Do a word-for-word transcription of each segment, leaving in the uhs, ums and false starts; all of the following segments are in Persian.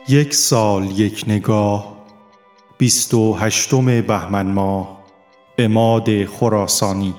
یک سال یک نگاه، بیست و هشتم بهمن ماه، عماد خراسانی.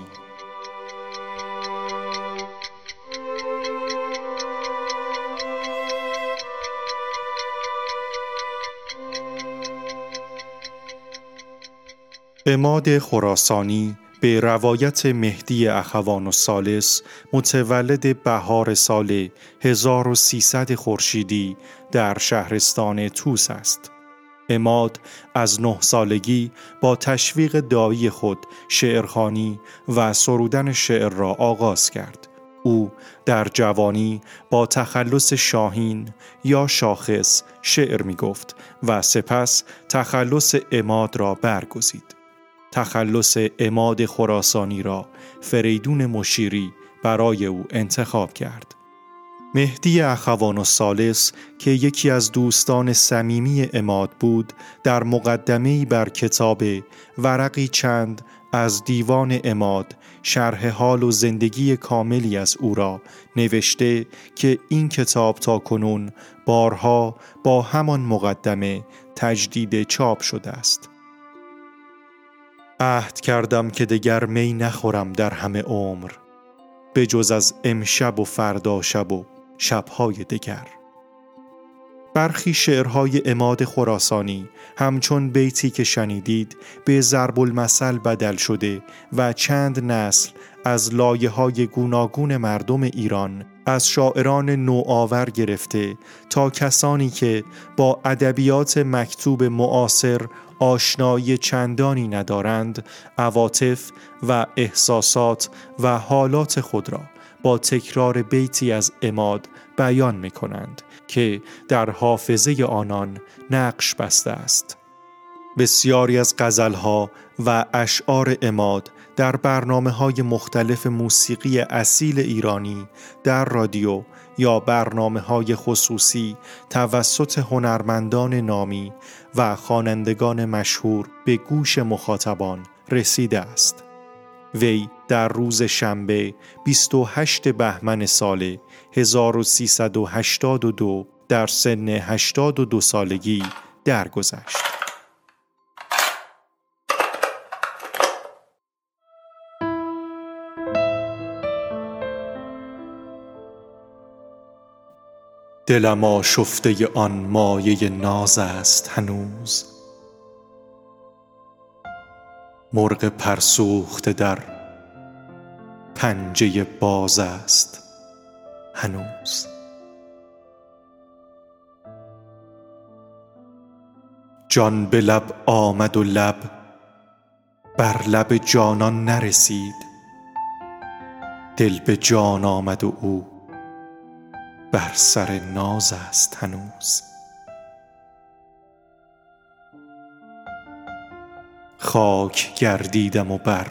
عماد خراسانی به روایت مهدی اخوان الثالث متولد بهار سال هزار و سیصد خورشیدی در شهرستان طوس است. عماد از نه سالگی با تشویق دایی خود شعرخوانی و سرودن شعر را آغاز کرد. او در جوانی با تخلص شاهین یا شاخص شعر می گفت و سپس تخلص عماد را برگزید. تخلص عماد خراسانی را فریدون مشیری برای او انتخاب کرد. مهدی اخوان الثالث که یکی از دوستان صمیمی عماد بود، در مقدمه‌ای بر کتاب ورقی چند از دیوان عماد شرح حال و زندگی کاملی از او را نوشته که این کتاب تاکنون بارها با همان مقدمه تجدید چاپ شده است. عهد کردم که دگر می نخورم در همه عمر، به جز از امشب و فردا شب و شبهای دگر. برخی شعرهای عماد خراسانی همچون بیتی که شنیدید به ضرب المثل بدل شده و چند نسل از لایه‌های گوناگون مردم ایران، از شاعران نوآور گرفته تا کسانی که با ادبیات مکتوب معاصر آشنایی چندانی ندارند، عواطف و احساسات و حالات خود را با تکرار بیتی از عماد بیان می کنند که در حافظه آنان نقش بسته است. بسیاری از غزلها و اشعار عماد در برنامه‌های مختلف موسیقی اصیل ایرانی در رادیو یا برنامه‌های خصوصی توسط هنرمندان نامی و خوانندگان مشهور به گوش مخاطبان رسیده است. وی در روز شنبه بیست و هشتم بهمن سال هزار و سیصد و هشتاد و دو در سن هشتاد و دو سالگی درگذشت. دلم آشفته آن مایه ناز است هنوز، مرغ پرسوخته در پنجه باز است هنوز. جان به لب آمد و لب بر لب جانان نرسید، دل به جان آمد و او بر سر ناز است هنوز. خاک گردیدم و بر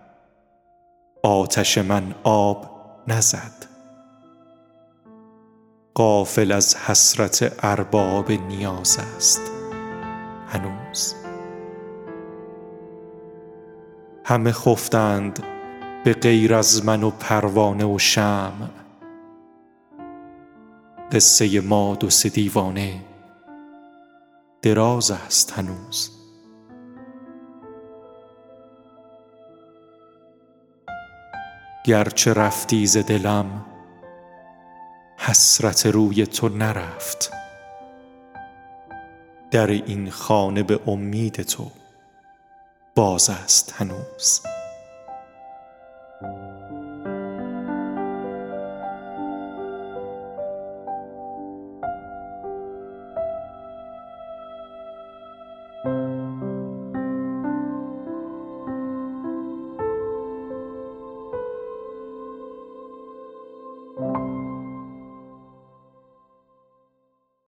آتش من آب نزد، غافل از حسرت ارباب نیاز است هنوز. همه خفتند به غیر از من و پروانه و شمع، قصه ما دو سه دیوانه دراز است هنوز. گرچه رفتی ز دلم حسرت روی تو نرفت، در این خانه به امید تو باز است هنوز.